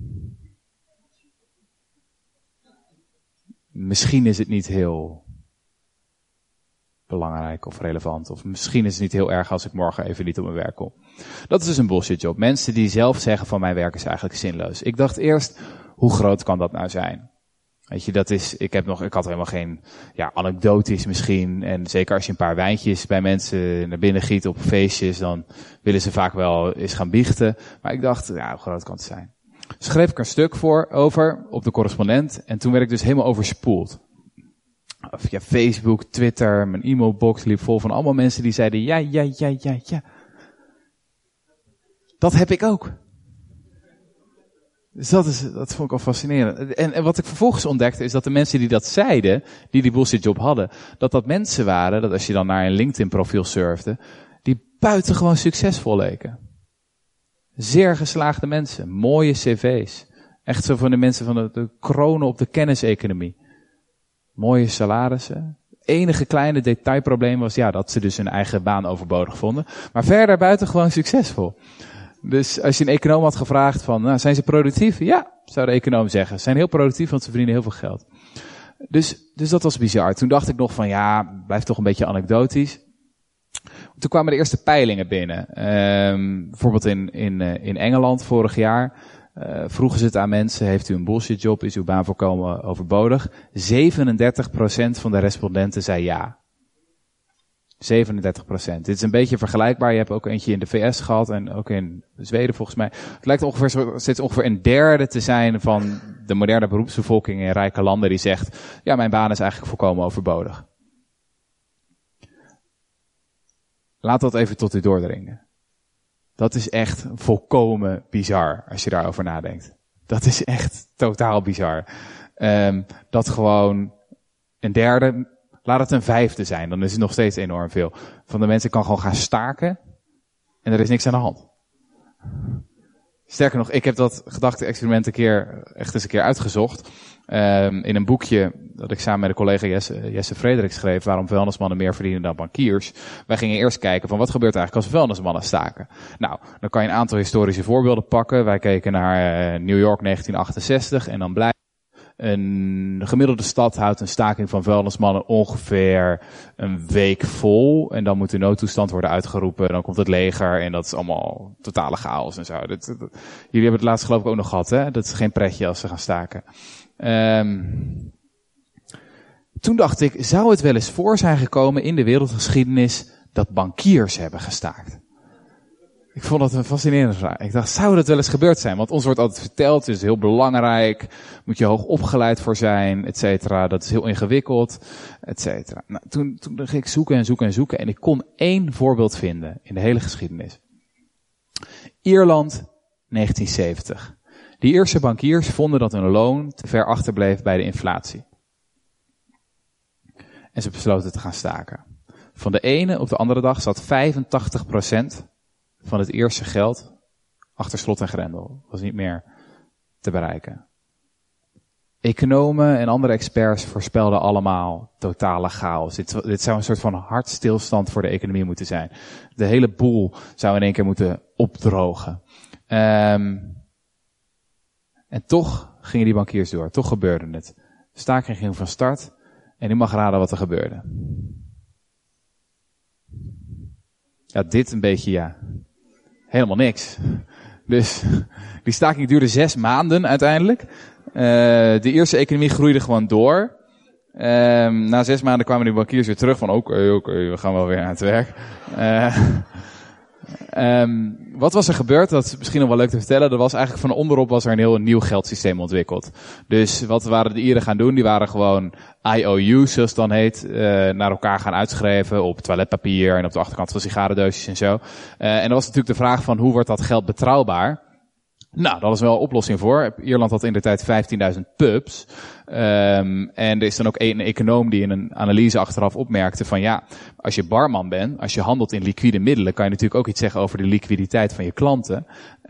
Misschien is het niet heel belangrijk of relevant, of misschien is het niet heel erg als ik morgen even niet op mijn werk kom. Dat is dus een bullshit job. Mensen die zelf zeggen van mijn werk is eigenlijk zinloos. Ik dacht eerst, hoe groot kan dat nou zijn? Weet je, ik had helemaal geen, anekdotisch misschien. En zeker als je een paar wijntjes bij mensen naar binnen giet op feestjes, dan willen ze vaak wel eens gaan biechten. Maar ik dacht, hoe groot kan het zijn? Schreef ik een stuk over op de correspondent. En toen werd ik dus helemaal overspoeld. Via Facebook, Twitter, mijn e-mailbox liep vol van allemaal mensen die zeiden, ja. Dat heb ik ook. Dus dat vond ik al fascinerend. En wat ik vervolgens ontdekte is dat de mensen die dat zeiden, die bullshit job hadden, dat mensen waren, dat als je dan naar een LinkedIn profiel surfde, die buitengewoon succesvol leken. Zeer geslaagde mensen, mooie cv's. Echt zo van de mensen van de kronen op de kenniseconomie. Mooie salarissen. Enige kleine detailprobleem was dat ze dus hun eigen baan overbodig vonden. Maar verder buitengewoon succesvol. Dus als je een econoom had gevraagd van, zijn ze productief? Ja, zou de econoom zeggen. Ze zijn heel productief, want ze verdienen heel veel geld. Dus dat was bizar. Toen dacht ik nog van, blijft toch een beetje anekdotisch. Toen kwamen de eerste peilingen binnen. Bijvoorbeeld in Engeland vorig jaar. Vroegen ze het aan mensen, heeft u een bullshit job, is uw baan volkomen overbodig? 37% van de respondenten zei ja. 37%. Dit is een beetje vergelijkbaar. Je hebt ook eentje in de VS gehad en ook in Zweden volgens mij. Het lijkt steeds ongeveer een derde te zijn van de moderne beroepsbevolking in rijke landen die zegt, mijn baan is eigenlijk volkomen overbodig. Laat dat even tot u doordringen. Dat is echt volkomen bizar als je daarover nadenkt. Dat is echt totaal bizar. Dat gewoon een derde, laat het een vijfde zijn, dan is het nog steeds enorm veel. Van de mensen kan gewoon gaan staken en er is niks aan de hand. Sterker nog, ik heb dat gedachte-experiment echt eens een keer uitgezocht. In een boekje dat ik samen met een collega Jesse Frederik schreef, waarom vuilnismannen meer verdienen dan bankiers. Wij gingen eerst kijken van wat gebeurt er eigenlijk als vuilnismannen staken. Nou, dan kan je een aantal historische voorbeelden pakken. Wij keken naar New York 1968 en dan blijkt een gemiddelde stad houdt een staking van vuilnismannen ongeveer een week vol. En dan moet de noodtoestand worden uitgeroepen. Dan komt het leger en dat is allemaal totale chaos en zo. Jullie hebben het laatst geloof ik ook nog gehad, hè? Dat is geen pretje als ze gaan staken. Toen dacht ik, zou het wel eens voor zijn gekomen in de wereldgeschiedenis dat bankiers hebben gestaakt? Ik vond dat een fascinerende vraag. Ik dacht, zou dat wel eens gebeurd zijn? Want ons wordt altijd verteld, het is heel belangrijk, moet je hoog opgeleid voor zijn, et cetera. Dat is heel ingewikkeld, et cetera. Nou, toen ging ik zoeken en ik kon 1 voorbeeld vinden in de hele geschiedenis. Ierland, 1970. Die Ierse bankiers vonden dat hun loon te ver achterbleef bij de inflatie. En ze besloten te gaan staken. Van de ene op de andere dag zat 85% van het Ierse geld achter slot en grendel. Was niet meer te bereiken. Economen en andere experts voorspelden allemaal totale chaos. Dit zou een soort van hartstilstand voor de economie moeten zijn. De hele boel zou in één keer moeten opdrogen. En toch gingen die bankiers door. Toch gebeurde het. De staking ging van start. En u mag raden wat er gebeurde. Ja, dit een beetje, ja. Helemaal niks. Dus die staking duurde 6 maanden uiteindelijk. De Ierse economie groeide gewoon door. Na 6 maanden kwamen die bankiers weer terug van oké, we gaan wel weer aan het werk. Wat was er gebeurd? Dat is misschien nog wel leuk te vertellen. Er was eigenlijk van onderop was er een heel nieuw geldsysteem ontwikkeld. Dus wat waren de Ieren gaan doen? Die waren gewoon IOU's, zoals het dan heet, naar elkaar gaan uitschrijven op toiletpapier en op de achterkant van sigarendoosjes en zo. En dan was natuurlijk de vraag van hoe wordt dat geld betrouwbaar? Nou, daar is wel een oplossing voor. Ierland had in de tijd 15.000 pubs. En er is dan ook een econoom die in een analyse achteraf opmerkte van ja, als je barman bent, als je handelt in liquide middelen, kan je natuurlijk ook iets zeggen over de liquiditeit van je klanten.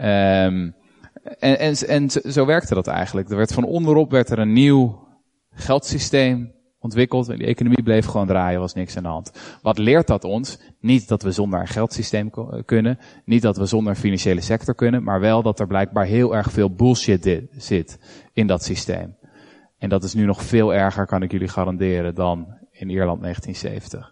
En zo werkte dat eigenlijk. Er werd van onderop een nieuw geldsysteem ontwikkeld en die economie bleef gewoon draaien, was niks aan de hand. Wat leert dat ons? Niet dat we zonder een geldsysteem kunnen, niet dat we zonder een financiële sector kunnen, maar wel dat er blijkbaar heel erg veel bullshit zit in dat systeem. En dat is nu nog veel erger, kan ik jullie garanderen, dan in Ierland 1970.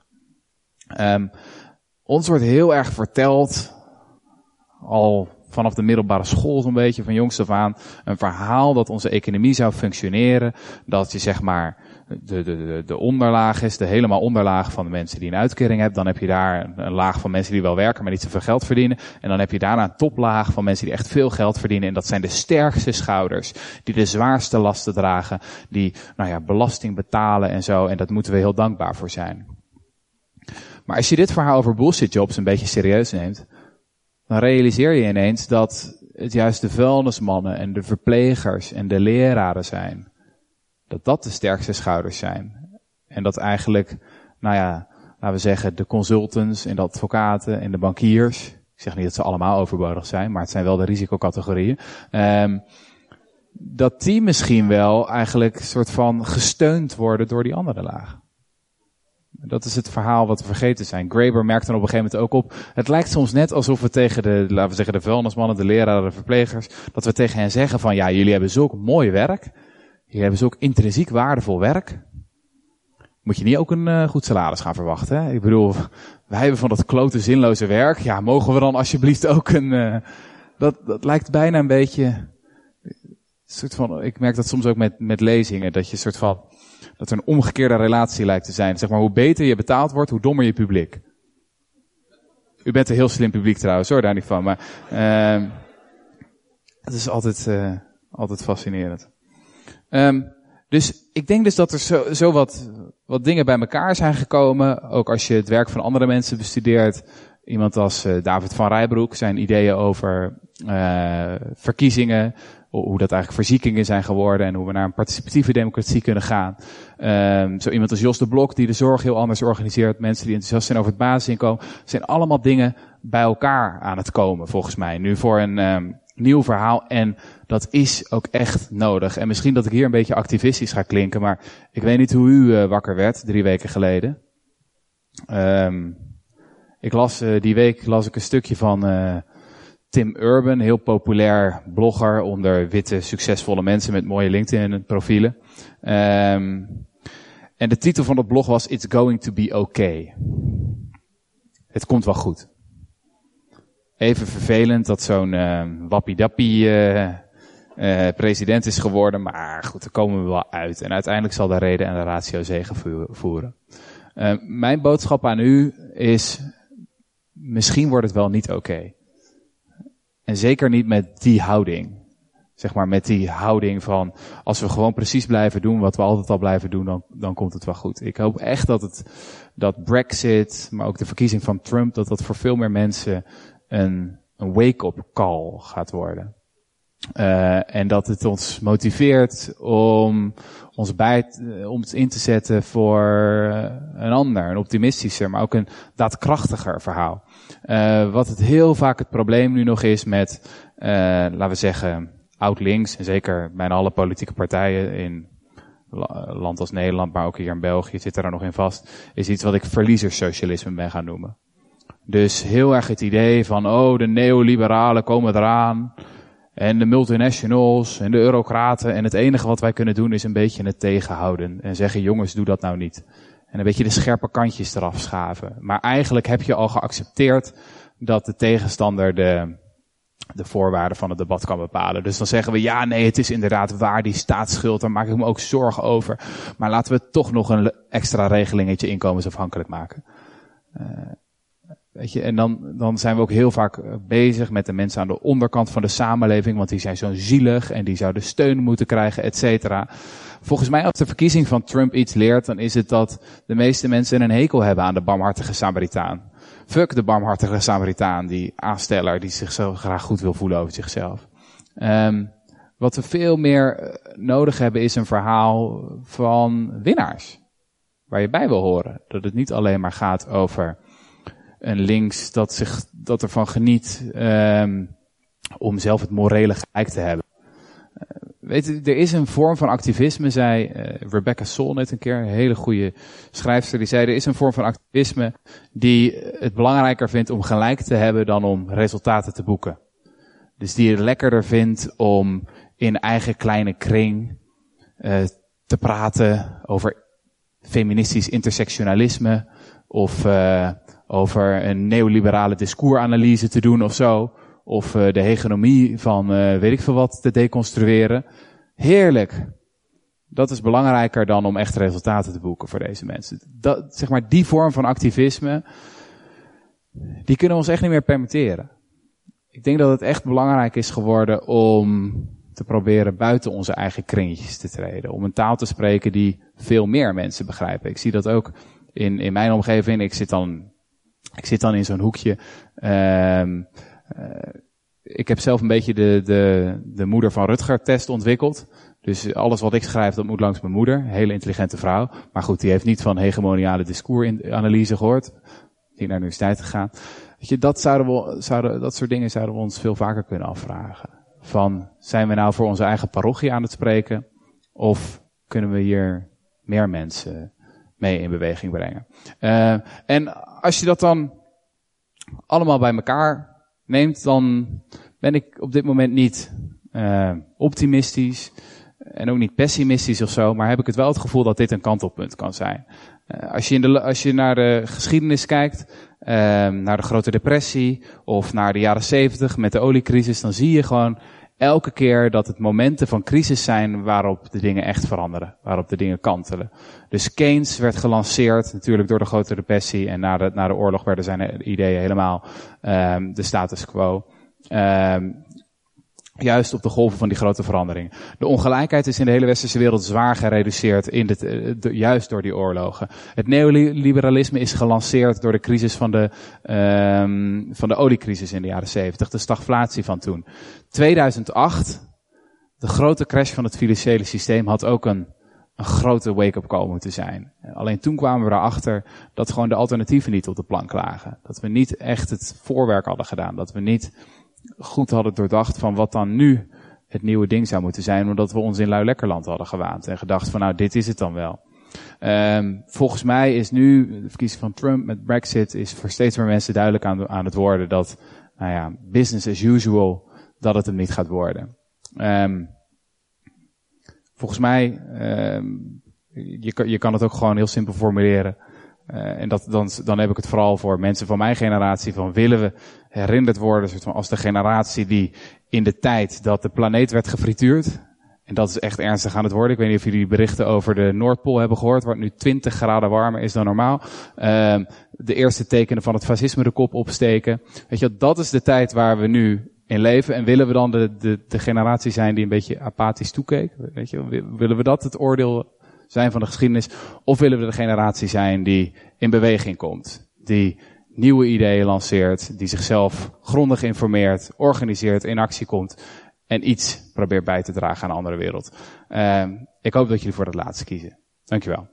Ons wordt heel erg verteld, al vanaf de middelbare school zo'n beetje, van jongs af aan, een verhaal dat onze economie zou functioneren, dat je zeg maar de onderlaag is, de helemaal onderlaag van de mensen die een uitkering hebben. Dan heb je daar een laag van mensen die wel werken, maar niet zoveel geld verdienen. En dan heb je daarna een toplaag van mensen die echt veel geld verdienen. En dat zijn de sterkste schouders, die de zwaarste lasten dragen, die belasting betalen en zo. En daar moeten we heel dankbaar voor zijn. Maar als je dit verhaal over bullshit jobs een beetje serieus neemt, dan realiseer je ineens dat het juist de vuilnismannen en de verplegers en de leraren zijn. Dat de sterkste schouders zijn. En dat eigenlijk, laten we zeggen, de consultants en de advocaten en de bankiers, ik zeg niet dat ze allemaal overbodig zijn, maar het zijn wel de risicocategorieën, dat die misschien wel eigenlijk soort van gesteund worden door die andere laag. Dat is het verhaal wat we vergeten zijn. Graeber merkt dan op een gegeven moment ook op, het lijkt soms net alsof we tegen de vuilnismannen, de leraren, de verplegers, dat we tegen hen zeggen van, ja, jullie hebben zulk mooi werk, jullie hebben zulk intrinsiek waardevol werk, moet je niet ook een goed salaris gaan verwachten, hè? Ik bedoel, wij hebben van dat klote zinloze werk, ja, mogen we dan alsjeblieft ook dat lijkt bijna een beetje, soort van, ik merk dat soms ook met lezingen, dat je soort van, dat er een omgekeerde relatie lijkt te zijn. Zeg maar, hoe beter je betaald wordt, hoe dommer je publiek. U bent een heel slim publiek trouwens, hoor, daar niet van. Maar het is altijd fascinerend. Dus ik denk dus dat er zo wat dingen bij elkaar zijn gekomen. Ook als je het werk van andere mensen bestudeert. Iemand als David van Rijbroek, zijn ideeën over verkiezingen, hoe dat eigenlijk verziekingen zijn geworden en hoe we naar een participatieve democratie kunnen gaan. Zo iemand als Jos de Blok, die de zorg heel anders organiseert, mensen die enthousiast zijn over het basisinkomen, zijn allemaal dingen bij elkaar aan het komen, volgens mij. Nu voor een nieuw verhaal, en dat is ook echt nodig. En misschien dat ik hier een beetje activistisch ga klinken, maar ik weet niet hoe u wakker werd 3 weken geleden. Die week las ik een stukje van Tim Urban, heel populair blogger onder witte, succesvolle mensen met mooie LinkedIn-profielen. En de titel van het blog was It's Going to Be Okay. Het komt wel goed. Even vervelend dat zo'n wappie-dappie president is geworden, maar goed, daar komen we wel uit. En uiteindelijk zal de reden en de ratio zegevoeren. Mijn boodschap aan u is, misschien wordt het wel niet oké. En zeker niet met die houding. Zeg maar met die houding van, als we gewoon precies blijven doen wat we altijd al blijven doen, dan komt het wel goed. Ik hoop echt dat Brexit, maar ook de verkiezing van Trump, dat voor veel meer mensen een wake-up call gaat worden. En dat het ons motiveert om ons in te zetten voor een ander, een optimistischer, maar ook een daadkrachtiger verhaal. Wat het heel vaak het probleem nu nog is met, laten we zeggen, oud-links, en zeker bijna alle politieke partijen in land als Nederland, maar ook hier in België zit er nog in vast, is iets wat ik verliezerssocialisme ben gaan noemen. Dus heel erg het idee van, de neoliberalen komen eraan, en de multinationals en de eurocraten, en het enige wat wij kunnen doen is een beetje het tegenhouden en zeggen, jongens, doe dat nou niet. En een beetje de scherpe kantjes eraf schaven. Maar eigenlijk heb je al geaccepteerd dat de tegenstander de voorwaarden van het debat kan bepalen. Dus dan zeggen we, ja, nee, het is inderdaad waar, die staatsschuld, daar maak ik me ook zorgen over. Maar laten we toch nog een extra regelingetje inkomensafhankelijk maken. Weet je, en dan zijn we ook heel vaak bezig met de mensen aan de onderkant van de samenleving, want die zijn zo zielig en die zouden steun moeten krijgen, et cetera. Volgens mij, als de verkiezing van Trump iets leert, dan is het dat de meeste mensen een hekel hebben aan de barmhartige Samaritaan. Fuck de barmhartige Samaritaan, die aansteller die zichzelf graag goed wil voelen over zichzelf. Wat we veel meer nodig hebben is een verhaal van winnaars, waar je bij wil horen. Dat het niet alleen maar gaat over een links dat ervan geniet om zelf het morele gelijk te hebben. Weet je, er is een vorm van activisme, zei Rebecca Solnit een keer, een hele goede schrijfster, die zei, er is een vorm van activisme die het belangrijker vindt om gelijk te hebben dan om resultaten te boeken. Dus die het lekkerder vindt om in eigen kleine kring te praten over feministisch intersectionalisme of over een neoliberale discoursanalyse te doen of zo. Of de hegemonie van weet ik veel wat te deconstrueren. Heerlijk. Dat is belangrijker dan om echt resultaten te boeken voor deze mensen. Zeg maar, die vorm van activisme, die kunnen we ons echt niet meer permitteren. Ik denk dat het echt belangrijk is geworden om te proberen buiten onze eigen kringetjes te treden. Om een taal te spreken die veel meer mensen begrijpen. Ik zie dat ook in mijn omgeving. Ik zit dan in zo'n hoekje. Ik heb zelf een beetje de moeder van Rutger-test ontwikkeld. Dus alles wat ik schrijf, dat moet langs mijn moeder. Hele intelligente vrouw. Maar goed, die heeft niet van hegemoniale discoursanalyse gehoord. Die naar de universiteit gegaan. Weet je, dat soort dingen zouden we ons veel vaker kunnen afvragen. Van, zijn we nou voor onze eigen parochie aan het spreken? Of kunnen we hier meer mensen mee in beweging brengen? En als je dat dan allemaal bij elkaar neemt, dan ben ik op dit moment niet optimistisch en ook niet pessimistisch of zo, maar heb ik wel het gevoel dat dit een kantelpunt kan zijn. Als je naar de geschiedenis kijkt, naar de Grote Depressie of naar de jaren 70 met de oliecrisis, dan zie je gewoon elke keer dat het momenten van crisis zijn waarop de dingen echt veranderen, waarop de dingen kantelen. Dus Keynes werd gelanceerd natuurlijk door de Grote Depressie en na de oorlog werden zijn ideeën helemaal de status quo. Juist op de golven van die grote verandering. De ongelijkheid is in de hele westerse wereld zwaar gereduceerd juist door die oorlogen. Het neoliberalisme is gelanceerd door de crisis van de oliecrisis in de jaren 70, de stagflatie van toen. 2008, de grote crash van het financiële systeem, had ook een grote wake-up call moeten zijn. Alleen toen kwamen we erachter dat gewoon de alternatieven niet op de plank lagen. Dat we niet echt het voorwerk hadden gedaan. Dat we niet goed hadden doordacht van wat dan nu het nieuwe ding zou moeten zijn, omdat we ons in Luilekkerland hadden gewaand en gedacht van nou, dit is het dan wel. Volgens mij is nu de verkiezing van Trump met Brexit is voor steeds meer mensen duidelijk aan het worden dat, nou ja, business as usual, dat het hem niet gaat worden. Volgens mij, je kan het ook gewoon heel simpel formuleren. En dan heb ik het vooral voor mensen van mijn generatie, van willen we herinnerd worden soort van als de generatie die in de tijd dat de planeet werd gefrituurd, en dat is echt ernstig aan het worden. Ik weet niet of jullie berichten over de Noordpool hebben gehoord, waar het nu 20 graden warmer is dan normaal. De eerste tekenen van het fascisme de kop opsteken. Weet je, dat is de tijd waar we nu in leven? En willen we dan de generatie zijn die een beetje apathisch toekeek? Weet je, willen we dat het oordeel zijn van de geschiedenis? Of willen we de generatie zijn die in beweging komt? Die nieuwe ideeën lanceert, die zichzelf grondig informeert, organiseert, in actie komt en iets probeert bij te dragen aan een andere wereld. Ik hoop dat jullie voor dat laatste kiezen. Dankjewel.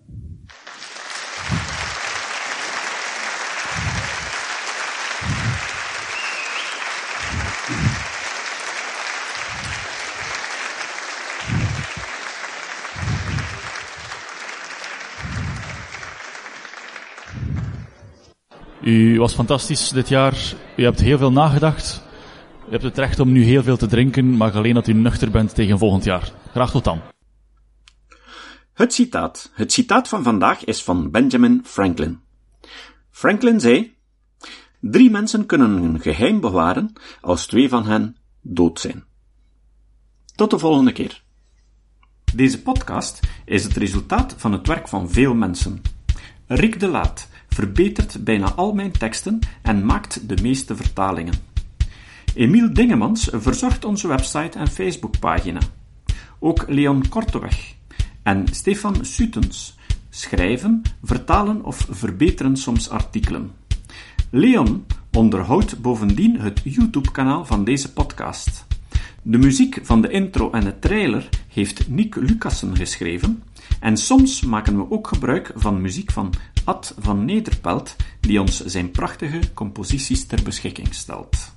U was fantastisch dit jaar. U hebt heel veel nagedacht. U hebt het recht om nu heel veel te drinken, maar alleen dat u nuchter bent tegen volgend jaar. Graag tot dan. Het citaat van vandaag is van Benjamin Franklin. Franklin zei: 3 mensen kunnen een geheim bewaren als 2 van hen dood zijn. Tot de volgende keer. Deze podcast is het resultaat van het werk van veel mensen. Rick de Laat verbetert bijna al mijn teksten en maakt de meeste vertalingen. Emiel Dingemans verzorgt onze website en Facebookpagina. Ook Leon Korteweg en Stefan Sutens schrijven, vertalen of verbeteren soms artikelen. Leon onderhoudt bovendien het YouTube-kanaal van deze podcast. De muziek van de intro en de trailer heeft Nick Lucassen geschreven en soms maken we ook gebruik van muziek van Ad van Nederpelt, die ons zijn prachtige composities ter beschikking stelt.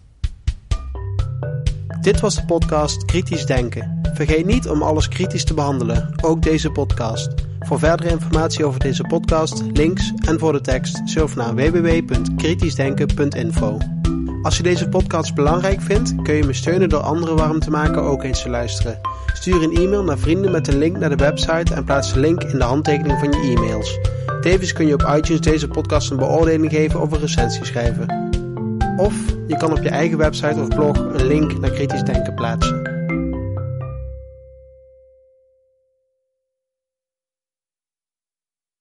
Dit was de podcast Kritisch Denken. Vergeet niet om alles kritisch te behandelen, ook deze podcast. Voor verdere informatie over deze podcast, links en voor de tekst, surf naar www.kritischdenken.info. Als je deze podcast belangrijk vindt, kun je me steunen door anderen warm te maken ook eens te luisteren. Stuur een e-mail naar vrienden met een link naar de website en plaats de link in de handtekening van je e-mails. Tevens kun je op iTunes deze podcast een beoordeling geven of een recensie schrijven. Of je kan op je eigen website of blog een link naar Kritisch Denken plaatsen.